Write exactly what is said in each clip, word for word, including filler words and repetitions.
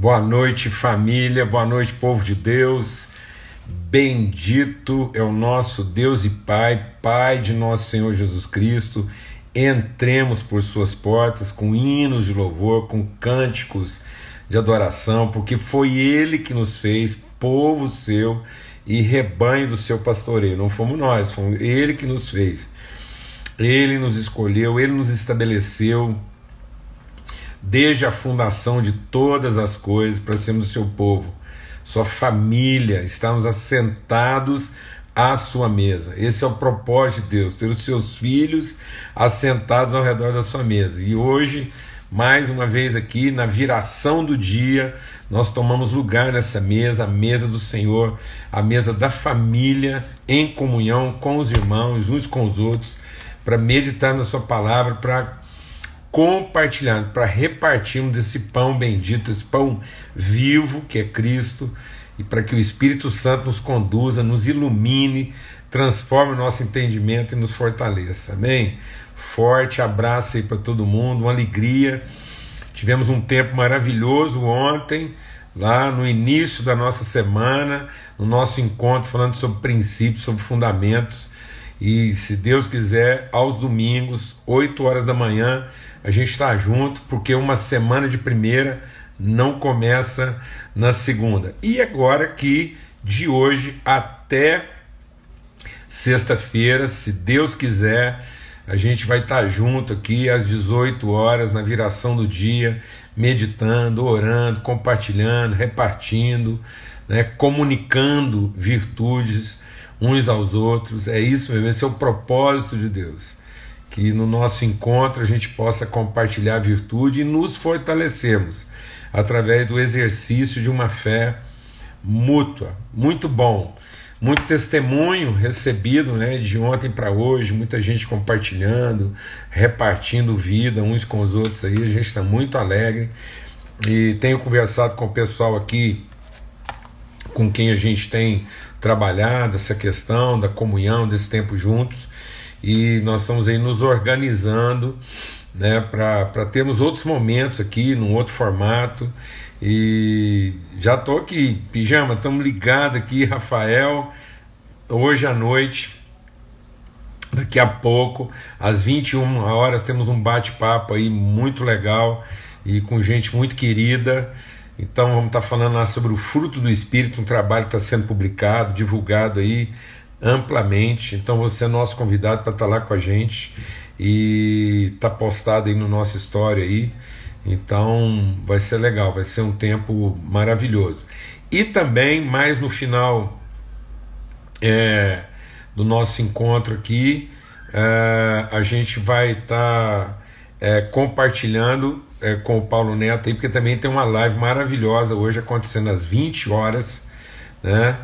Boa noite, família, boa noite, povo de Deus. Bendito é o nosso Deus e Pai, Pai de nosso Senhor Jesus Cristo. Entremos por suas portas com hinos de louvor, com cânticos de adoração, porque foi Ele que nos fez povo seu e rebanho do seu pastoreio. Não fomos nós, foi Ele que nos fez. Ele nos escolheu, Ele nos estabeleceu desde a fundação de todas as coisas para sermos o seu povo, sua família, estarmos assentados à sua mesa. Esse é o propósito de Deus, ter os seus filhos assentados ao redor da sua mesa. E hoje, mais uma vez aqui, na viração do dia, nós tomamos lugar nessa mesa, a mesa do Senhor, a mesa da família, em comunhão com os irmãos, uns com os outros, para meditar na sua palavra, para compartilhando, para repartirmos desse pão bendito, esse pão vivo que é Cristo, e para que o Espírito Santo nos conduza, nos ilumine, transforme o nosso entendimento e nos fortaleça. Amém? Forte abraço aí para todo mundo, uma alegria. Tivemos um tempo maravilhoso ontem, lá no início da nossa semana, no nosso encontro, falando sobre princípios, sobre fundamentos. E se Deus quiser, aos domingos, oito horas da manhã, a gente está junto, porque uma semana de primeira não começa na segunda. E agora que de hoje até sexta-feira, se Deus quiser, a gente vai estar junto aqui às dezoito horas, na viração do dia, meditando, orando, compartilhando, repartindo, né, comunicando virtudes uns aos outros. É isso mesmo, esse é o propósito de Deus, que no nosso encontro a gente possa compartilhar a virtude e nos fortalecermos através do exercício de uma fé mútua. Muito bom, muito testemunho recebido, né, de ontem para hoje, muita gente compartilhando, repartindo vida uns com os outros aí, a gente está muito alegre. E tenho conversado com o pessoal aqui com quem a gente tem trabalhado essa questão da comunhão, desse tempo juntos, e nós estamos aí nos organizando, né, para termos outros momentos aqui, num outro formato. E já estou aqui, Pijama, estamos ligados aqui, Rafael, hoje à noite, daqui a pouco, às vinte e uma horas, temos um bate-papo aí muito legal e com gente muito querida. Então vamos estar falando lá sobre o fruto do Espírito, um trabalho que está sendo publicado, divulgado aí amplamente. Então você é nosso convidado para estar lá com a gente e está postado aí no nossa história aí. Então vai ser legal, vai ser um tempo maravilhoso. E também mais no final é, do nosso encontro aqui, é, a gente vai estar é, compartilhando É, com o Paulo Neto aí, porque também tem uma live maravilhosa hoje acontecendo às vinte horas, né?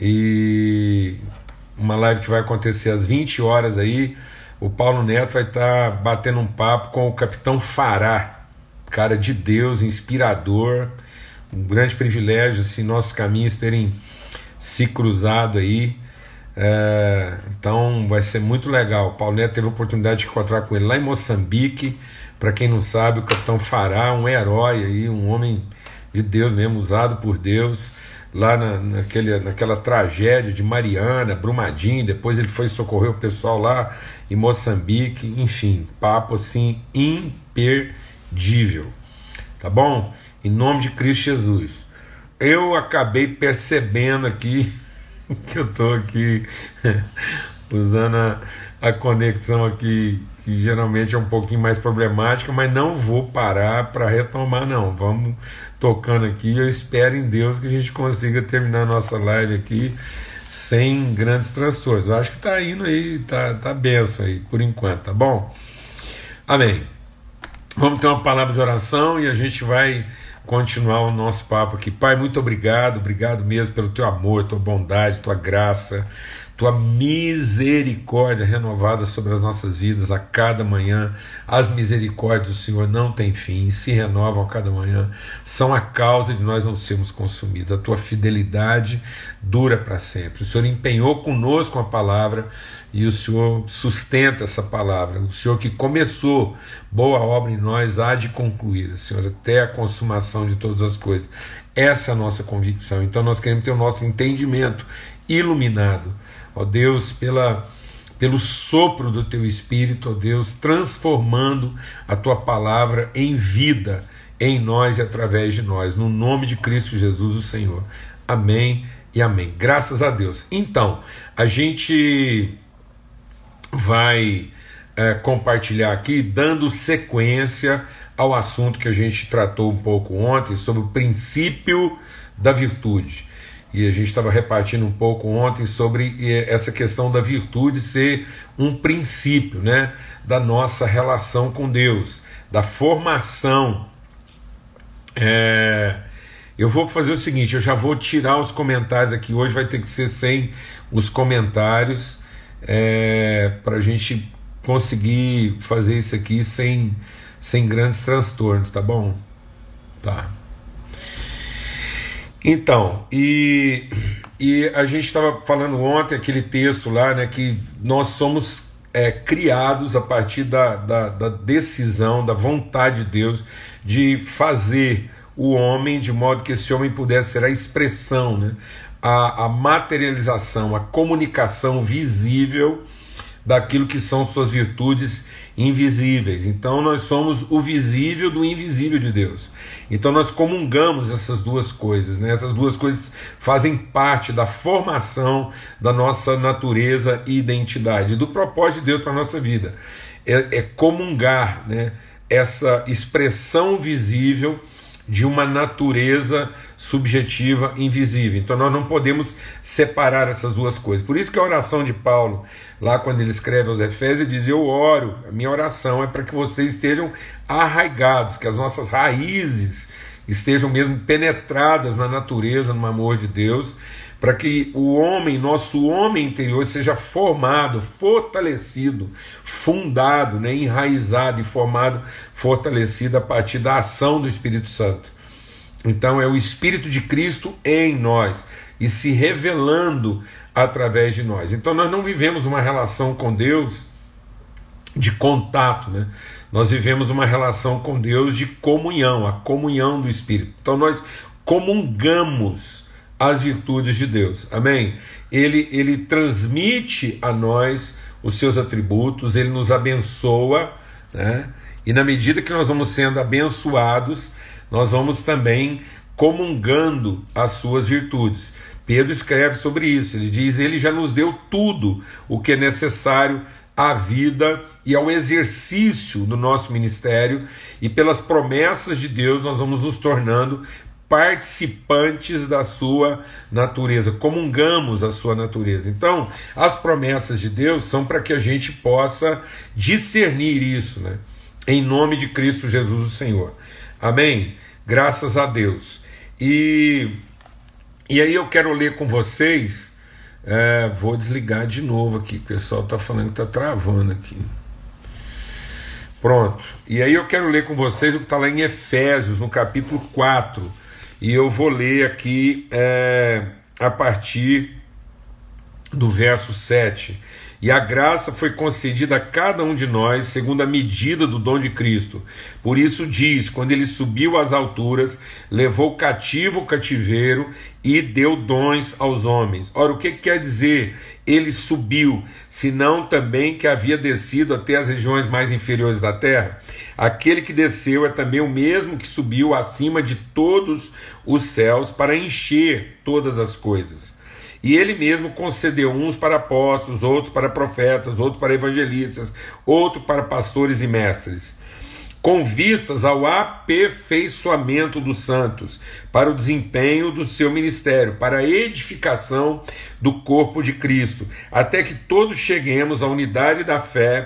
E uma live que vai acontecer às vinte horas aí. O Paulo Neto vai estar tá batendo um papo com o Capitão Fará, cara de Deus, inspirador, um grande privilégio assim, nossos caminhos terem se cruzado aí. É, então vai ser muito legal. O Paulo Neto teve a oportunidade de encontrar com ele lá em Moçambique. Para quem não sabe, o Capitão Fará, um herói aí, um homem de Deus mesmo, usado por Deus, lá na, naquele, naquela tragédia de Mariana, Brumadinho. Depois ele foi socorrer o pessoal lá em Moçambique. Enfim, papo assim imperdível, tá bom? Em nome de Cristo Jesus. Eu acabei percebendo aqui que eu estou aqui usando a, a conexão aqui, que geralmente é um pouquinho mais problemática, mas não vou parar para retomar não, vamos tocando aqui. Eu espero em Deus que a gente consiga terminar a nossa live aqui sem grandes transtornos. Eu acho que está indo aí, tá, tá benção aí por enquanto, tá bom? Amém. Vamos ter uma palavra de oração e a gente vai continuar o nosso papo aqui. Pai, muito obrigado, obrigado mesmo pelo teu amor, tua bondade, tua graça, tua misericórdia renovada sobre as nossas vidas a cada manhã. As misericórdias do Senhor não têm fim, se renovam a cada manhã, são a causa de nós não sermos consumidos. A tua fidelidade dura para sempre. O Senhor empenhou conosco a palavra e o Senhor sustenta essa palavra. O Senhor que começou boa obra em nós há de concluir, Senhor, até a consumação de todas as coisas. Essa é a nossa convicção. Então nós queremos ter o nosso entendimento iluminado, ó Deus, pela, pelo sopro do Teu Espírito, ó Deus, transformando a Tua palavra em vida em nós e através de nós, no nome de Cristo Jesus, o Senhor. Amém e amém. Graças a Deus. Então, a gente vai é, compartilhar aqui, dando sequência ao assunto que a gente tratou um pouco ontem, sobre o princípio da virtude. E a gente estava repartindo um pouco ontem sobre essa questão da virtude ser um princípio, né, da nossa relação com Deus, da formação. É, eu vou fazer o seguinte, eu já vou tirar os comentários aqui, hoje vai ter que ser sem os comentários, é, para a gente conseguir fazer isso aqui sem, sem grandes transtornos, tá bom? Tá. Então, e, e a gente estava falando ontem aquele texto lá, né, que nós somos é, criados a partir da, da, da decisão, da vontade de Deus de fazer o homem de modo que esse homem pudesse ser a expressão, né, a, a materialização, a comunicação visível daquilo que são suas virtudes invisíveis. Então nós somos o visível do invisível de Deus. Então nós comungamos essas duas coisas, né? Essas duas coisas fazem parte da formação da nossa natureza e identidade, do propósito de Deus para a nossa vida. É, é comungar, né, essa expressão visível de uma natureza subjetiva invisível. Então nós não podemos separar essas duas coisas. Por isso que a oração de Paulo, lá quando ele escreve aos Efésios, ele diz: eu oro, a minha oração é para que vocês estejam arraigados, que as nossas raízes estejam mesmo penetradas na natureza, no amor de Deus, para que o homem, nosso homem interior, seja formado, fortalecido, fundado, né, enraizado e formado, fortalecido a partir da ação do Espírito Santo. Então é o Espírito de Cristo em nós e se revelando através de nós. Então nós não vivemos uma relação com Deus de contato, né? Nós vivemos uma relação com Deus de comunhão, a comunhão do Espírito. Então nós comungamos as virtudes de Deus, amém? Ele, ele transmite a nós os seus atributos, ele nos abençoa, né? E na medida que nós vamos sendo abençoados, nós vamos também comungando as suas virtudes. Pedro escreve sobre isso, ele diz: ele já nos deu tudo o que é necessário à vida e ao exercício do nosso ministério, e pelas promessas de Deus nós vamos nos tornando participantes da sua natureza, comungamos a sua natureza. Então, as promessas de Deus são para que a gente possa discernir isso, né? Em nome de Cristo Jesus, o Senhor. Amém? Graças a Deus. E, e aí eu quero ler com vocês, é, vou desligar de novo aqui, o pessoal está falando que está travando aqui. Pronto. E aí eu quero ler com vocês o que está lá em Efésios, no capítulo quatro. E eu vou ler aqui é, a partir do verso sete. E a graça foi concedida a cada um de nós segundo a medida do dom de Cristo. Por isso diz: quando ele subiu às alturas, levou cativo o cativeiro e deu dons aos homens. Ora, o que quer dizer ele subiu, senão também que havia descido até as regiões mais inferiores da terra? Aquele que desceu é também o mesmo que subiu acima de todos os céus para encher todas as coisas. E ele mesmo concedeu uns para apóstolos, outros para profetas, outros para evangelistas, outros para pastores e mestres, com vistas ao aperfeiçoamento dos santos, para o desempenho do seu ministério, para a edificação do corpo de Cristo, até que todos cheguemos à unidade da fé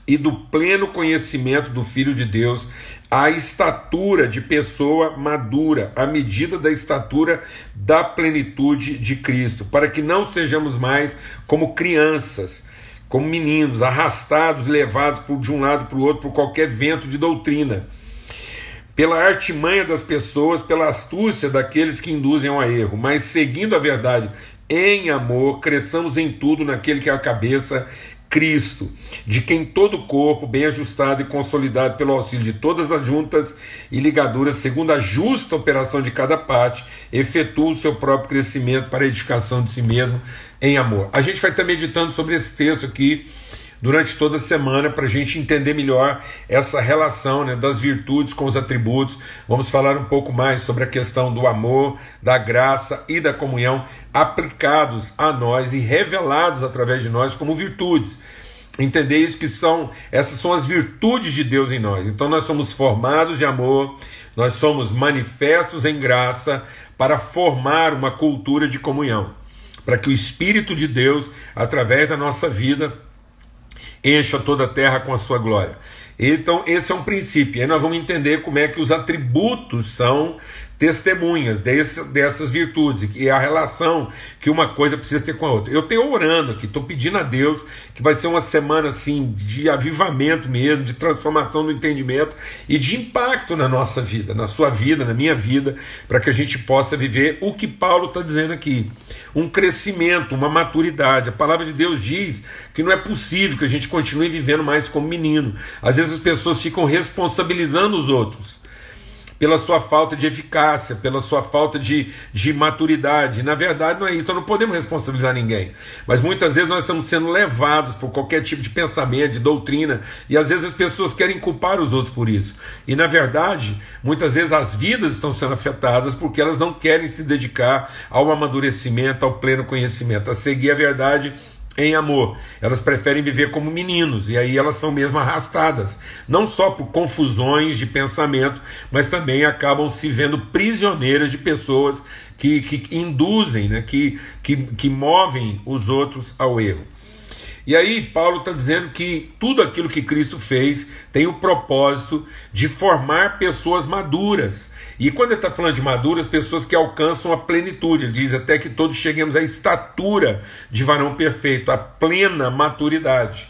e do pleno conhecimento do Filho de Deus, à estatura de pessoa madura, à medida da estatura da plenitude de Cristo, para que não sejamos mais como crianças, como meninos, arrastados, levados por, de um lado para o outro por qualquer vento de doutrina, pela artimanha das pessoas, pela astúcia daqueles que induzem ao erro, mas seguindo a verdade em amor, cresçamos em tudo naquele que é a cabeça, Cristo, de quem todo o corpo, bem ajustado e consolidado pelo auxílio de todas as juntas e ligaduras, segundo a justa operação de cada parte, efetua o seu próprio crescimento para a edificação de si mesmo em amor. A gente vai estar meditando sobre esse texto aqui durante toda a semana, para a gente entender melhor essa relação, né, das virtudes com os atributos. Vamos falar um pouco mais sobre a questão do amor, da graça e da comunhão aplicados a nós e revelados através de nós como virtudes. Entender isso, que são, essas são as virtudes de Deus em nós. Então nós somos formados de amor, nós somos manifestos em graça para formar uma cultura de comunhão, para que o Espírito de Deus, através da nossa vida, encha toda a terra com a sua glória. Então esse é um princípio. Aí nós vamos entender como é que os atributos são testemunhas desse, dessas virtudes, e a relação que uma coisa precisa ter com a outra. Eu tenho orando aqui, estou pedindo a Deus que vai ser uma semana assim de avivamento mesmo, de transformação do entendimento e de impacto na nossa vida, na sua vida, na minha vida, para que a gente possa viver o que Paulo está dizendo aqui, um crescimento, uma maturidade. A palavra de Deus diz que não é possível que a gente continue vivendo mais como menino. Às vezes as pessoas ficam responsabilizando os outros pela sua falta de eficácia, pela sua falta de, de maturidade. Na verdade não é isso, então não podemos responsabilizar ninguém, mas muitas vezes nós estamos sendo levados por qualquer tipo de pensamento, de doutrina, e às vezes as pessoas querem culpar os outros por isso, e na verdade muitas vezes as vidas estão sendo afetadas porque elas não querem se dedicar ao amadurecimento, ao pleno conhecimento, a seguir a verdade em amor. Elas preferem viver como meninos, e aí elas são mesmo arrastadas, não só por confusões de pensamento, mas também acabam se vendo prisioneiras de pessoas que, que induzem, né, que, que, que movem os outros ao erro. E aí Paulo está dizendo que tudo aquilo que Cristo fez tem o propósito de formar pessoas maduras. E quando ele está falando de maduras, pessoas que alcançam a plenitude, ele diz até que todos cheguemos à estatura de varão perfeito, à plena maturidade.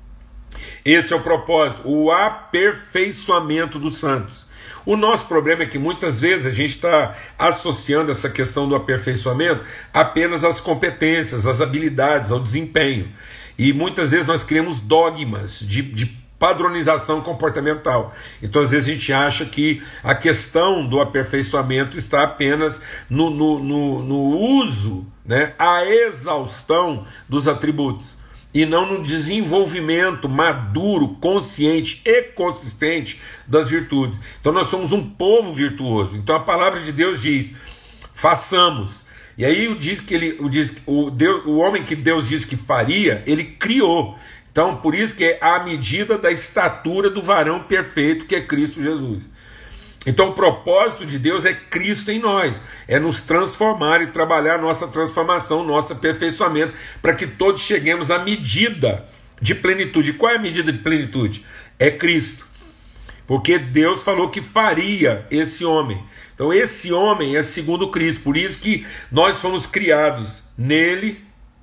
Esse é o propósito, o aperfeiçoamento dos santos. O nosso problema é que muitas vezes a gente está associando essa questão do aperfeiçoamento apenas às competências, às habilidades, ao desempenho. E muitas vezes nós criamos dogmas de, de padronização comportamental. Então às vezes a gente acha que a questão do aperfeiçoamento está apenas no, no, no, no uso, né, a exaustão dos atributos, e não no desenvolvimento maduro, consciente e consistente das virtudes. Então nós somos um povo virtuoso. Então a palavra de Deus diz: façamos. E aí diz que ele, o, diz, o, Deus, o homem que Deus disse que faria, ele criou. Então por isso que é a medida da estatura do varão perfeito, que é Cristo Jesus. Então o propósito de Deus é Cristo em nós, é nos transformar e trabalhar nossa transformação, nosso aperfeiçoamento, para que todos cheguemos à medida de plenitude. Qual é a medida de plenitude? É Cristo, porque Deus falou que faria esse homem. Então esse homem é segundo Cristo, por isso que nós fomos criados nele,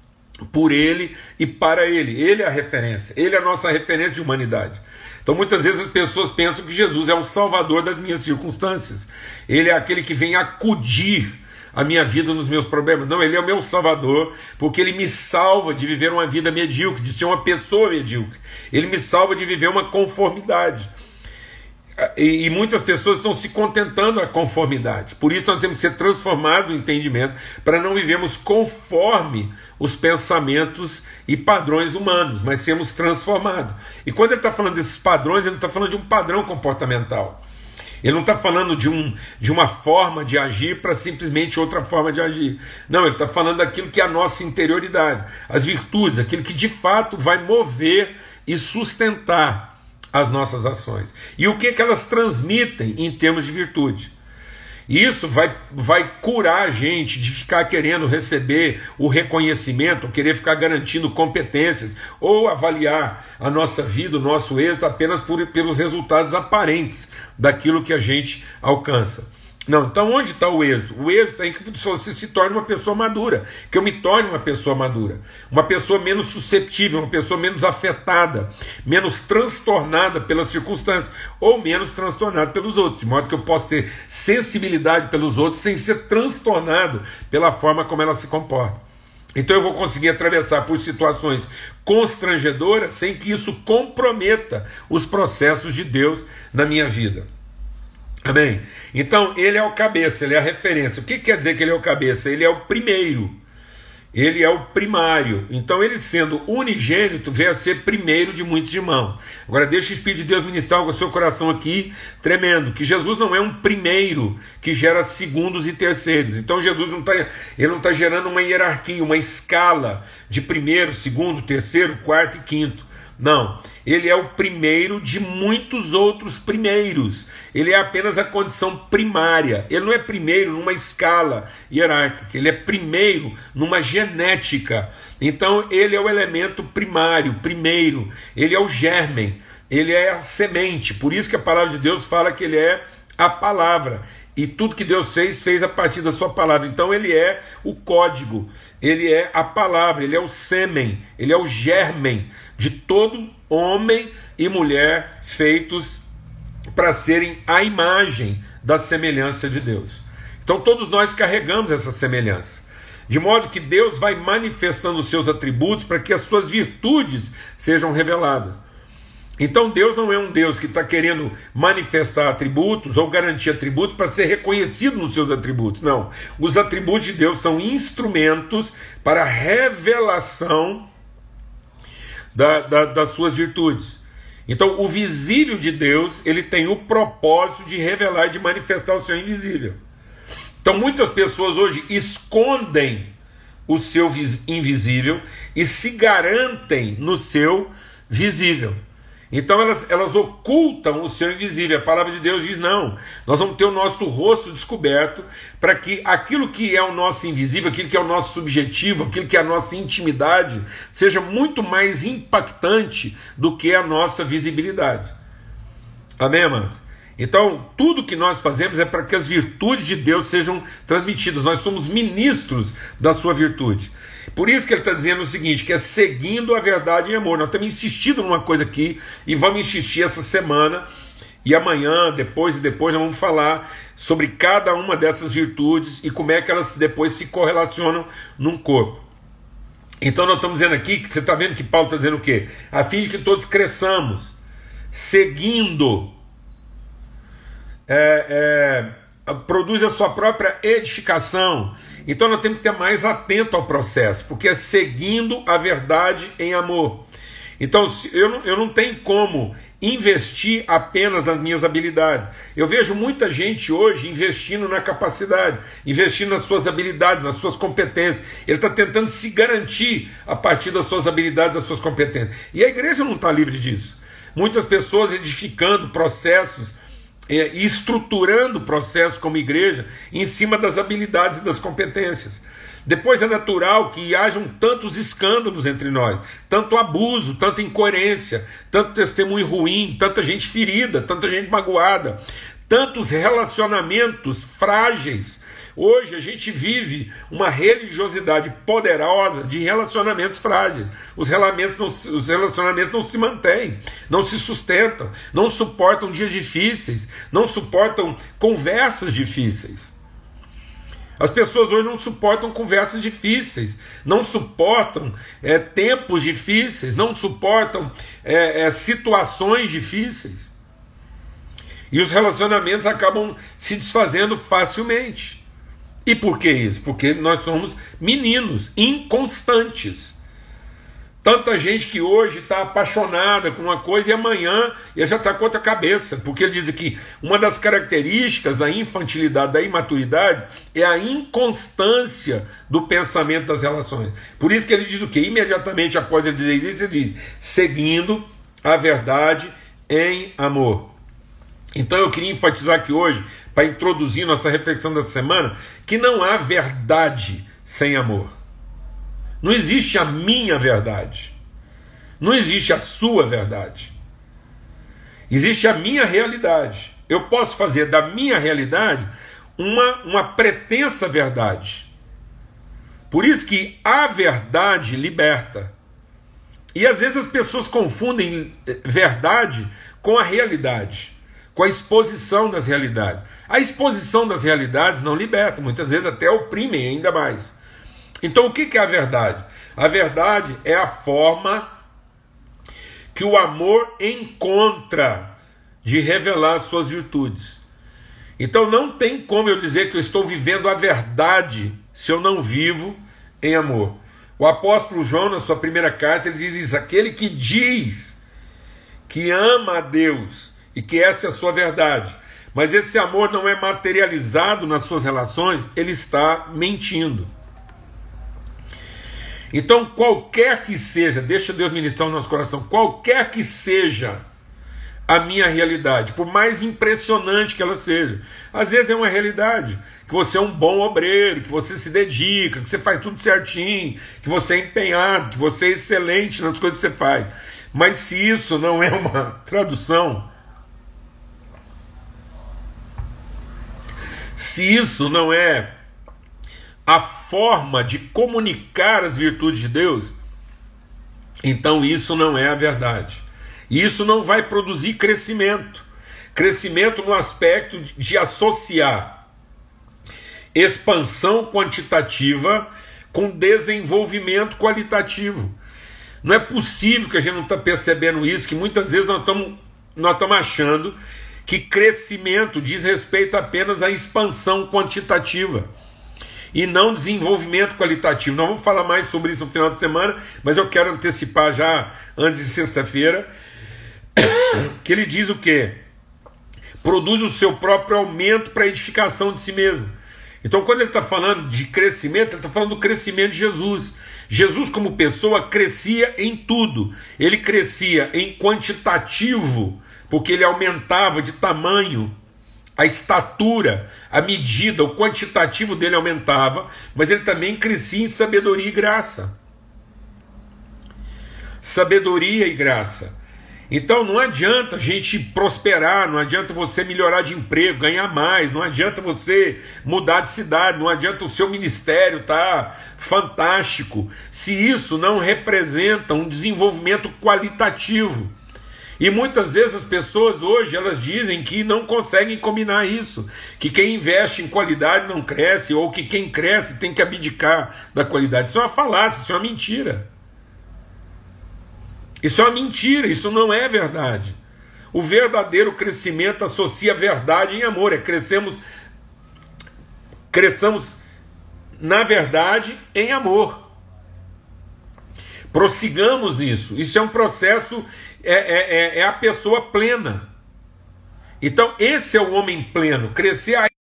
por ele e para ele. Ele é a referência, ele é a nossa referência de humanidade. Então muitas vezes as pessoas pensam que Jesus é o salvador das minhas circunstâncias, ele é aquele que vem acudir a minha vida nos meus problemas. Não, ele é o meu salvador, porque ele me salva de viver uma vida medíocre, de ser uma pessoa medíocre. Ele me salva de viver uma conformidade. E, e muitas pessoas estão se contentando à conformidade. Por isso nós temos que ser transformados no entendimento, para não vivermos conforme os pensamentos e padrões humanos, mas sermos transformados. E quando ele está falando desses padrões, ele não está falando de um padrão comportamental. Ele não está falando de, um, de uma forma de agir para simplesmente outra forma de agir. Não, ele está falando daquilo que é a nossa interioridade, as virtudes, aquilo que de fato vai mover e sustentar as nossas ações. E o que, que elas transmitem em termos de virtude. E isso vai, vai curar a gente de ficar querendo receber o reconhecimento, querer ficar garantindo competências, ou avaliar a nossa vida, o nosso êxito apenas por, pelos resultados aparentes daquilo que a gente alcança. Não, então onde está o êxito? O êxito é em que você se torne uma pessoa madura, que eu me torne uma pessoa madura, uma pessoa menos susceptível, uma pessoa menos afetada, menos transtornada pelas circunstâncias, ou menos transtornada pelos outros, de modo que eu possa ter sensibilidade pelos outros sem ser transtornado pela forma como ela se comporta. Então eu vou conseguir atravessar por situações constrangedoras sem que isso comprometa os processos de Deus na minha vida. Amém? Então, ele é o cabeça, ele é a referência. O que quer dizer que ele é o cabeça? Ele é o primeiro, ele é o primário. Então, ele sendo unigênito, vem a ser primeiro de muitos irmãos. Agora, deixa o Espírito de Deus ministrar com o seu coração aqui, tremendo, que Jesus não é um primeiro que gera segundos e terceiros. Então, Jesus não está ele não está gerando uma hierarquia, uma escala de primeiro, segundo, terceiro, quarto e quinto. Não, ele é o primeiro de muitos outros primeiros. Ele é apenas a condição primária. Ele não é primeiro numa escala hierárquica, ele é primeiro numa genética. Então ele é o elemento primário, primeiro. Ele é o germen, ele é a semente. Por isso que a palavra de Deus fala que ele é a palavra. E tudo que Deus fez, fez a partir da sua palavra. Então ele é o código, ele é a palavra, ele é o sêmen, ele é o germen de todo homem e mulher feitos para serem a imagem da semelhança de Deus. Então todos nós carregamos essa semelhança, de modo que Deus vai manifestando os seus atributos para que as suas virtudes sejam reveladas. Então Deus não é um Deus que está querendo manifestar atributos ou garantir atributos para ser reconhecido nos seus atributos. Não, os atributos de Deus são instrumentos para a revelação da, da, das suas virtudes. Então o visível de Deus, ele tem o propósito de revelar e de manifestar o seu invisível. Então muitas pessoas hoje escondem o seu invisível e se garantem no seu visível. Então elas, elas ocultam o seu invisível. A palavra de Deus diz não, nós vamos ter o nosso rosto descoberto para que aquilo que é o nosso invisível, aquilo que é o nosso subjetivo, aquilo que é a nossa intimidade, seja muito mais impactante do que a nossa visibilidade. Amém, amados? Então tudo que nós fazemos é para que as virtudes de Deus sejam transmitidas. Nós somos ministros da sua virtude. Por isso que ele está dizendo o seguinte, que é seguindo a verdade em amor. Nós estamos insistindo numa coisa aqui e vamos insistir essa semana, e amanhã, depois e depois nós vamos falar sobre cada uma dessas virtudes e como é que elas depois se correlacionam num corpo. Então nós estamos dizendo aqui, que você está vendo que Paulo está dizendo o quê? A fim de que todos cresçamos, seguindo, é, é, produz a sua própria edificação. Então nós temos que ter mais atento ao processo, porque é seguindo a verdade em amor. Então eu não, eu não tenho como investir apenas nas minhas habilidades. Eu vejo muita gente hoje investindo na capacidade, investindo nas suas habilidades, nas suas competências. Ele está tentando se garantir a partir das suas habilidades, das suas competências. E a igreja não está livre disso. Muitas pessoas edificando processos e estruturando o processo como igreja em cima das habilidades e das competências. Depois é natural que hajam tantos escândalos entre nós, tanto abuso, tanta incoerência, tanto testemunho ruim, tanta gente ferida, tanta gente magoada, tantos relacionamentos frágeis. Hoje a gente vive uma religiosidade poderosa de relacionamentos frágeis. Os relacionamentos, não, os relacionamentos não se mantêm, não se sustentam, não suportam dias difíceis, não suportam conversas difíceis. As pessoas hoje não suportam conversas difíceis, não suportam é, tempos difíceis, não suportam é, é, situações difíceis. E os relacionamentos acabam se desfazendo facilmente. E por que isso? Porque nós somos meninos inconstantes. Tanta gente que hoje está apaixonada com uma coisa e amanhã ele já está com outra cabeça. Porque ele diz que uma das características da infantilidade, da imaturidade, é a inconstância do pensamento das relações. Por isso que ele diz o quê? Imediatamente após ele dizer isso, ele diz, seguindo a verdade em amor. Então eu queria enfatizar aqui hoje, para introduzir nossa reflexão dessa semana, que não há verdade sem amor. Não existe a minha verdade. Não existe a sua verdade. Existe a minha realidade. Eu posso fazer da minha realidade uma, uma pretensa verdade. Por isso que a verdade liberta. E às vezes as pessoas confundem verdade com a realidade, com a exposição das realidades. A exposição das realidades não liberta, muitas vezes até oprimem ainda mais. Então o que é a verdade? A verdade é a forma que o amor encontra de revelar as suas virtudes. Então não tem como eu dizer que eu estou vivendo a verdade se eu não vivo em amor. O apóstolo João, na sua primeira carta, ele diz isso: aquele que diz que ama a Deus e que essa é a sua verdade, mas esse amor não é materializado nas suas relações, ele está mentindo. Então qualquer que seja, deixa Deus ministrar no nosso coração, qualquer que seja a minha realidade, por mais impressionante que ela seja, às vezes é uma realidade, que você é um bom obreiro, que você se dedica, que você faz tudo certinho, que você é empenhado, que você é excelente nas coisas que você faz, mas se isso não é uma tradução, se isso não é a forma de comunicar as virtudes de Deus, então isso não é a verdade. E isso não vai produzir crescimento. Crescimento no aspecto de associar expansão quantitativa com desenvolvimento qualitativo. Não é possível que a gente não está percebendo isso, que muitas vezes nós estamos nós estamos achando que crescimento diz respeito apenas à expansão quantitativa e não desenvolvimento qualitativo. Nós vamos falar mais sobre isso no final de semana, mas eu quero antecipar já antes de sexta-feira, que ele diz o quê? Produz o seu próprio aumento para a edificação de si mesmo. Então quando ele está falando de crescimento, ele está falando do crescimento de Jesus. Jesus como pessoa crescia em tudo. Ele crescia em quantitativo, porque ele aumentava de tamanho, a estatura, a medida, o quantitativo dele aumentava, mas ele também crescia em sabedoria e graça. Sabedoria e graça. Então não adianta a gente prosperar, não adianta você melhorar de emprego, ganhar mais, não adianta você mudar de cidade, não adianta o seu ministério estar fantástico, se isso não representa um desenvolvimento qualitativo. E muitas vezes as pessoas hoje, elas dizem que não conseguem combinar isso, que quem investe em qualidade não cresce, ou que quem cresce tem que abdicar da qualidade. Isso é uma falácia, isso é uma mentira. Isso é uma mentira, isso não é verdade. O verdadeiro crescimento associa verdade em amor, é crescemos, cresçamos na verdade em amor. Prossigamos nisso, isso é um processo, é, é, é, é a pessoa plena. Então esse é o homem pleno, crescer a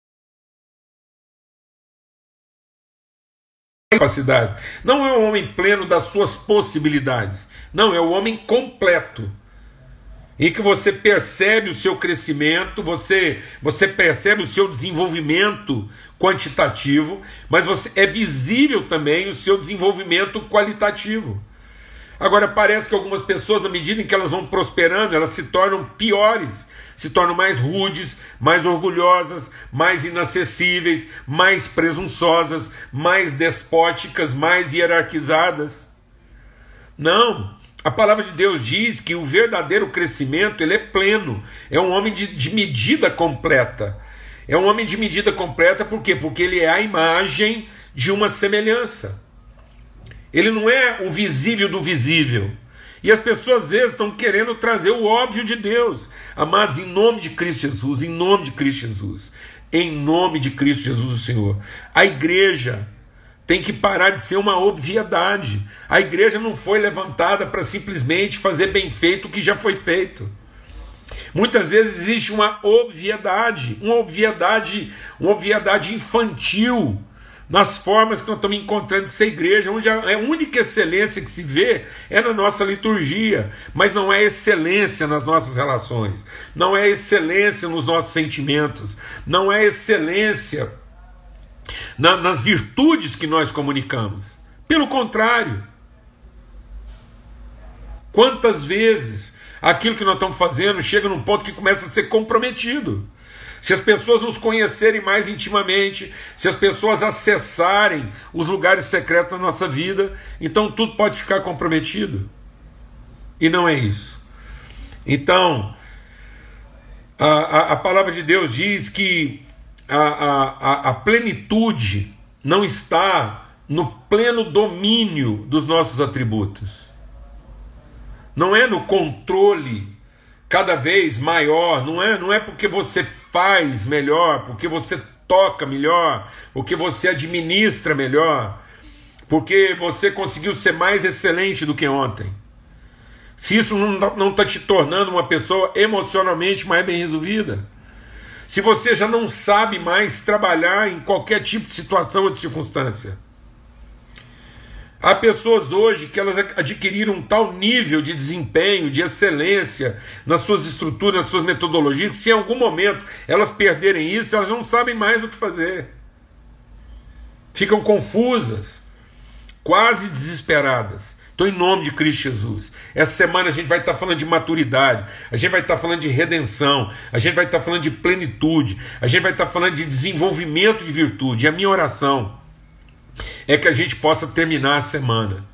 capacidade. Não é o homem pleno das suas possibilidades, não, é o homem completo, em que você percebe o seu crescimento, você, você percebe o seu desenvolvimento quantitativo, mas você, é visível também o seu desenvolvimento qualitativo. Agora parece que algumas pessoas, na medida em que elas vão prosperando, elas se tornam piores, se tornam mais rudes, mais orgulhosas, mais inacessíveis, mais presunçosas, mais despóticas, mais hierarquizadas. Não, a palavra de Deus diz que o verdadeiro crescimento, ele é pleno, é um homem de, de medida completa. É um homem de medida completa, por quê? Porque ele é a imagem de uma semelhança. Ele não é o visível do visível. E as pessoas às vezes estão querendo trazer o óbvio de Deus. Amados, em nome de Cristo Jesus, em nome de Cristo Jesus, em nome de Cristo Jesus o Senhor, a igreja tem que parar de ser uma obviedade. A igreja não foi levantada para simplesmente fazer bem feito o que já foi feito. Muitas vezes existe uma obviedade, uma obviedade, uma obviedade infantil nas formas que nós estamos encontrando ser igreja, onde a a única excelência que se vê é na nossa liturgia, mas não é excelência nas nossas relações, não é excelência nos nossos sentimentos, não é excelência na, nas virtudes que nós comunicamos. Pelo contrário, quantas vezes aquilo que nós estamos fazendo chega num ponto que começa a ser comprometido. Se as pessoas nos conhecerem mais intimamente, se as pessoas acessarem os lugares secretos da nossa vida, então tudo pode ficar comprometido. E não é isso. Então, a, a, a palavra de Deus diz que a, a, a plenitude não está no pleno domínio dos nossos atributos. Não é no controle cada vez maior, não é, não é porque você faz melhor, porque você toca melhor, porque você administra melhor, porque você conseguiu ser mais excelente do que ontem. Se isso não está te tornando uma pessoa emocionalmente mais bem resolvida, se você já não sabe mais trabalhar em qualquer tipo de situação ou de circunstância. Há pessoas hoje que elas adquiriram um tal nível de desempenho, de excelência nas suas estruturas, nas suas metodologias, que se em algum momento elas perderem isso, elas não sabem mais o que fazer. Ficam confusas, quase desesperadas. Então, em nome de Cristo Jesus, essa semana a gente vai estar falando de maturidade, a gente vai estar falando de redenção, a gente vai estar falando de plenitude, a gente vai estar falando de desenvolvimento de virtude. E a minha oração é que a gente possa terminar a semana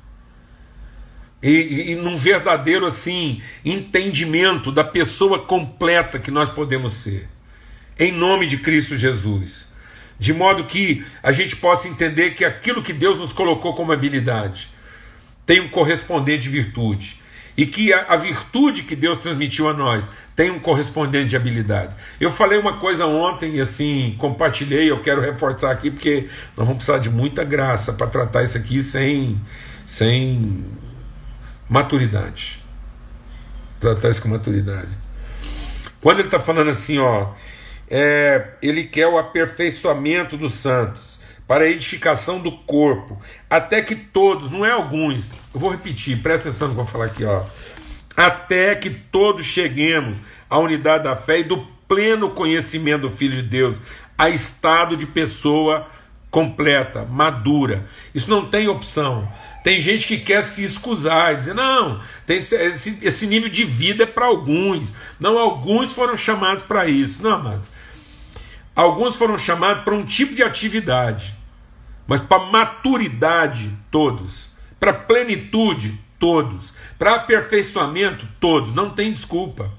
e, e, e num verdadeiro assim entendimento da pessoa completa que nós podemos ser, em nome de Cristo Jesus, de modo que a gente possa entender que aquilo que Deus nos colocou como habilidade tem um correspondente de virtude, e que a, a virtude que Deus transmitiu a nós tem um correspondente de habilidade. Eu falei uma coisa ontem e assim, compartilhei, eu quero reforçar aqui, porque nós vamos precisar de muita graça para tratar isso aqui sem, sem maturidade. Tratar isso com maturidade. Quando ele está falando assim, ó, é, ele quer o aperfeiçoamento dos santos, para a edificação do corpo, até que todos, não é alguns, eu vou repetir, presta atenção no que eu vou falar aqui, ó, até que todos cheguemos à unidade da fé e do pleno conhecimento do Filho de Deus, a estado de pessoa completa, madura. Isso não tem opção. Tem gente que quer se excusar e dizer, não, tem esse, esse nível de vida é para alguns, não, alguns foram chamados para isso. Não, mas alguns foram chamados para um tipo de atividade, mas para maturidade, todos. Para plenitude, todos. Para aperfeiçoamento, todos. Não tem desculpa.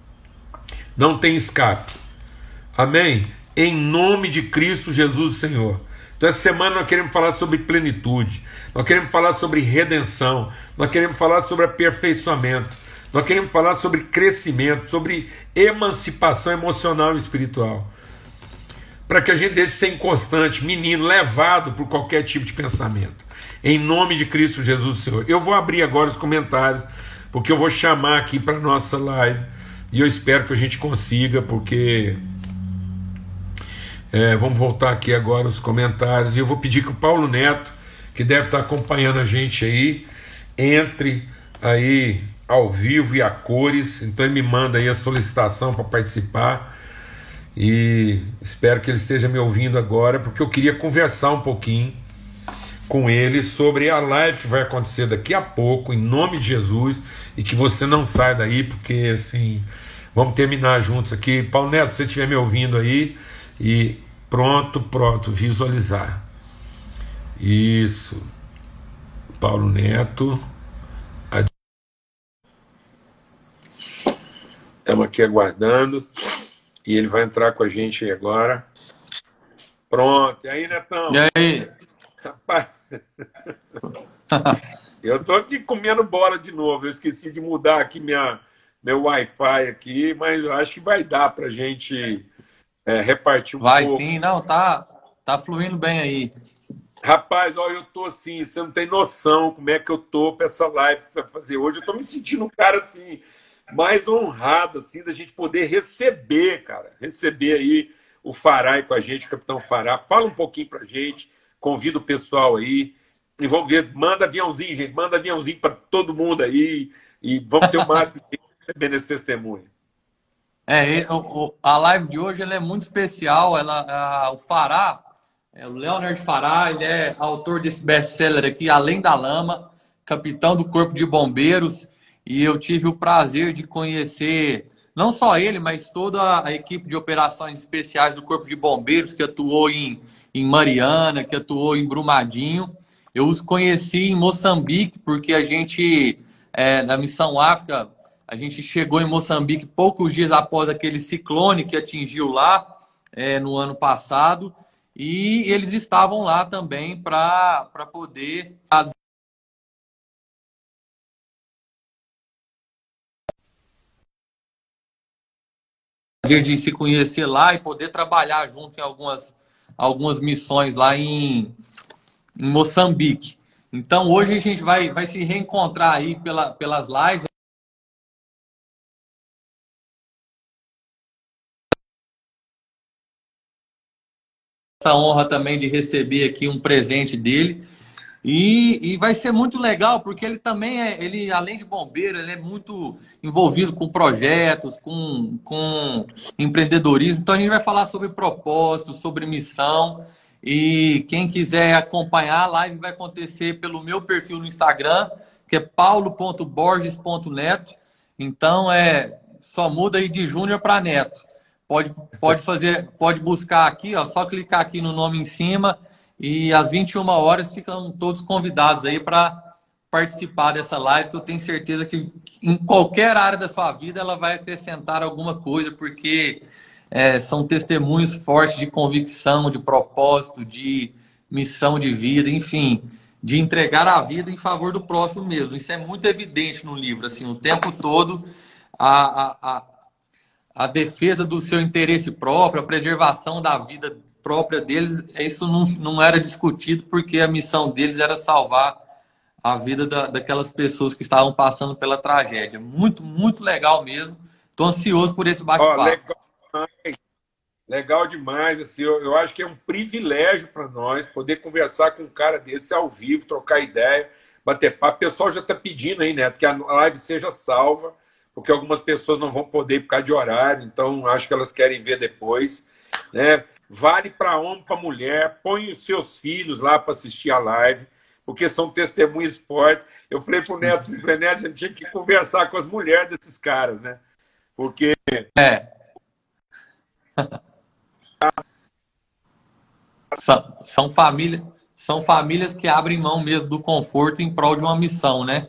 Não tem escape. Amém? Em nome de Cristo Jesus, Senhor. Então essa semana nós queremos falar sobre plenitude. Nós queremos falar sobre redenção. Nós queremos falar sobre aperfeiçoamento. Nós queremos falar sobre crescimento, sobre emancipação emocional e espiritual. Para que a gente deixe de ser inconstante, menino, levado por qualquer tipo de pensamento. Em nome de Cristo Jesus, Senhor. Eu vou abrir agora os comentários, porque eu vou chamar aqui para a nossa live, e eu espero que a gente consiga, porque... É, vamos voltar aqui agora os comentários, e eu vou pedir que o Paulo Neto, que deve estar acompanhando a gente aí, entre aí ao vivo e a cores, então ele me manda aí a solicitação para participar, e espero que ele esteja me ouvindo agora, porque eu queria conversar um pouquinho com ele sobre a live que vai acontecer daqui a pouco, em nome de Jesus, e que você não sai daí, porque assim, vamos terminar juntos aqui. Paulo Neto, se você estiver me ouvindo aí, e pronto, pronto, visualizar. Isso. Paulo Neto. Estamos aqui aguardando. E ele vai entrar com a gente aí agora. Pronto. E aí, Netão? E aí? Rapaz, eu tô aqui comendo bola de novo. Eu esqueci de mudar aqui minha, meu Wi-Fi aqui, mas eu acho que vai dar pra gente é, repartir um Vai pouco. sim, não, tá, tá fluindo bem aí. Rapaz, ó, eu tô assim, você não tem noção como é que eu tô pra essa live que você vai fazer hoje. Eu tô me sentindo um cara assim, mais honrado, assim, da gente poder receber, cara, receber aí o Farai com a gente, o Capitão Fará. Fala um pouquinho pra gente convida o pessoal aí. E vamos ver, manda aviãozinho, gente, manda aviãozinho para todo mundo aí. E vamos ter o máximo de receber nesse testemunho. É, e- o- o- a live de hoje ela é muito especial. Ela, a- o Fará, é, o Leonard Fará, ele é autor desse best-seller aqui, Além da Lama, capitão do Corpo de Bombeiros. E eu tive o prazer de conhecer não só ele, mas toda a equipe de operações especiais do Corpo de Bombeiros, que atuou em, em Mariana, que atuou em Brumadinho. Eu os conheci em Moçambique, porque a gente, é, na Missão África, a gente chegou em Moçambique poucos dias após aquele ciclone que atingiu lá, é, no ano passado, e eles estavam lá também para para poder fazer de se conhecer lá e poder trabalhar junto em algumas, algumas missões lá em, em Moçambique. Então hoje a gente vai, vai se reencontrar aí pela, pelas lives. Essa honra também de receber aqui um presente dele. E, e vai ser muito legal, porque ele também é, ele, além de bombeiro, ele é muito envolvido com projetos, com, com empreendedorismo. Então a gente vai falar sobre propósito, sobre missão. E quem quiser acompanhar, a live vai acontecer pelo meu perfil no Instagram, que é paulo ponto borges ponto neto. Então é só muda aí de Júnior para Neto. Pode, pode fazer, pode buscar aqui, ó, só clicar aqui no nome em cima. E às vinte e uma horas ficam todos convidados aí para participar dessa live, que eu tenho certeza que em qualquer área da sua vida ela vai acrescentar alguma coisa, porque é, são testemunhos fortes de convicção, de propósito, de missão de vida, enfim, de entregar a vida em favor do próximo mesmo. Isso é muito evidente no livro, assim, o tempo todo a, a, a, a defesa do seu interesse próprio, a preservação da vida própria deles, isso não, não era discutido, porque a missão deles era salvar a vida da, daquelas pessoas que estavam passando pela tragédia. Muito, muito legal mesmo. Estou ansioso por esse Ó, bate-papo. legal demais, legal demais. Assim, eu, eu acho que é um privilégio para nós poder conversar com um cara desse ao vivo, trocar ideia, bater papo. O pessoal já está pedindo aí, Neto, que a live seja salva, porque algumas pessoas não vão poder por causa de horário, então acho que elas querem ver depois, né? Vale para homem, para mulher, põe os seus filhos lá para assistir a live, porque são testemunhos fortes. Eu falei pro Neto, assim, falei, Neto, a gente tinha que conversar com as mulheres desses caras, né? Porque É, são, são, família, são famílias que abrem mão mesmo do conforto em prol de uma missão, né?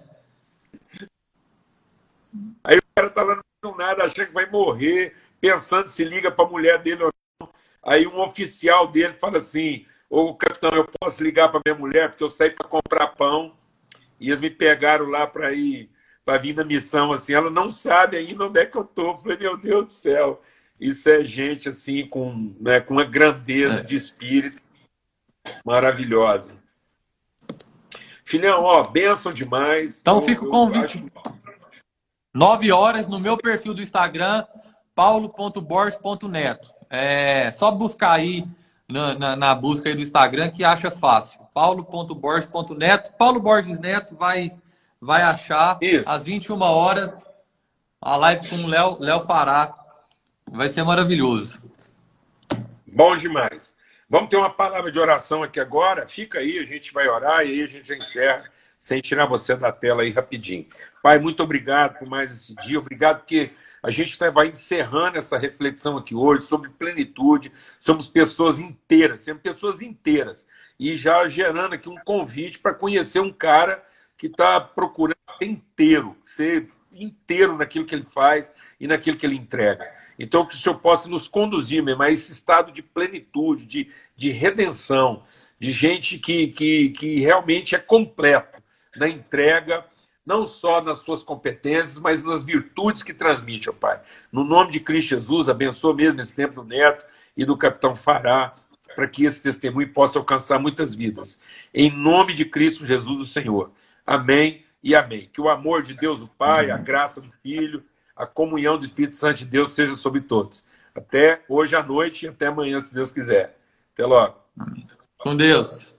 aí o cara tá lá no nada, achando que vai morrer, pensando se liga para a mulher dele ou não. Aí um oficial dele fala assim, ô capitão, eu posso ligar para minha mulher, porque eu saí para comprar pão e eles me pegaram lá para ir, para vir na missão, assim, ela não sabe ainda onde é que eu tô. Eu falei, meu Deus do céu, isso é gente assim com, né, com uma grandeza de espírito maravilhosa. Filhão, ó, bênção demais. Então Eu, fica o eu acho convite. que Nove horas no meu perfil do Instagram, paulo ponto borges ponto neto. É só buscar aí na, na, na busca aí do Instagram que acha fácil. paulo ponto borges ponto neto. Paulo Borges Neto vai, vai achar isso. às vinte e uma horas a live com o Léo, Léo Fará. Vai ser maravilhoso. Bom demais. Vamos ter uma palavra de oração aqui agora. Fica aí, a gente vai orar e aí a gente já encerra, sem tirar você da tela aí rapidinho. Pai, muito obrigado por mais esse dia. Obrigado porque a gente vai encerrando essa reflexão aqui hoje sobre plenitude. Somos pessoas inteiras, somos pessoas inteiras. E já gerando aqui um convite para conhecer um cara que está procurando ser inteiro, ser inteiro naquilo que ele faz e naquilo que ele entrega. Então, que o Senhor possa nos conduzir mesmo a esse estado de plenitude, de, de redenção, de gente que, que, que realmente é completo na entrega, não só nas suas competências, mas nas virtudes que transmite, ó Pai. No nome de Cristo Jesus, abençoa mesmo esse tempo do Neto e do Capitão Fará, para que esse testemunho possa alcançar muitas vidas. Em nome de Cristo Jesus, o Senhor. Amém e amém. Que o amor de Deus, o Pai, a graça do Filho, a comunhão do Espírito Santo de Deus seja sobre todos. Até hoje à noite e até amanhã, se Deus quiser. Até logo. Com Deus.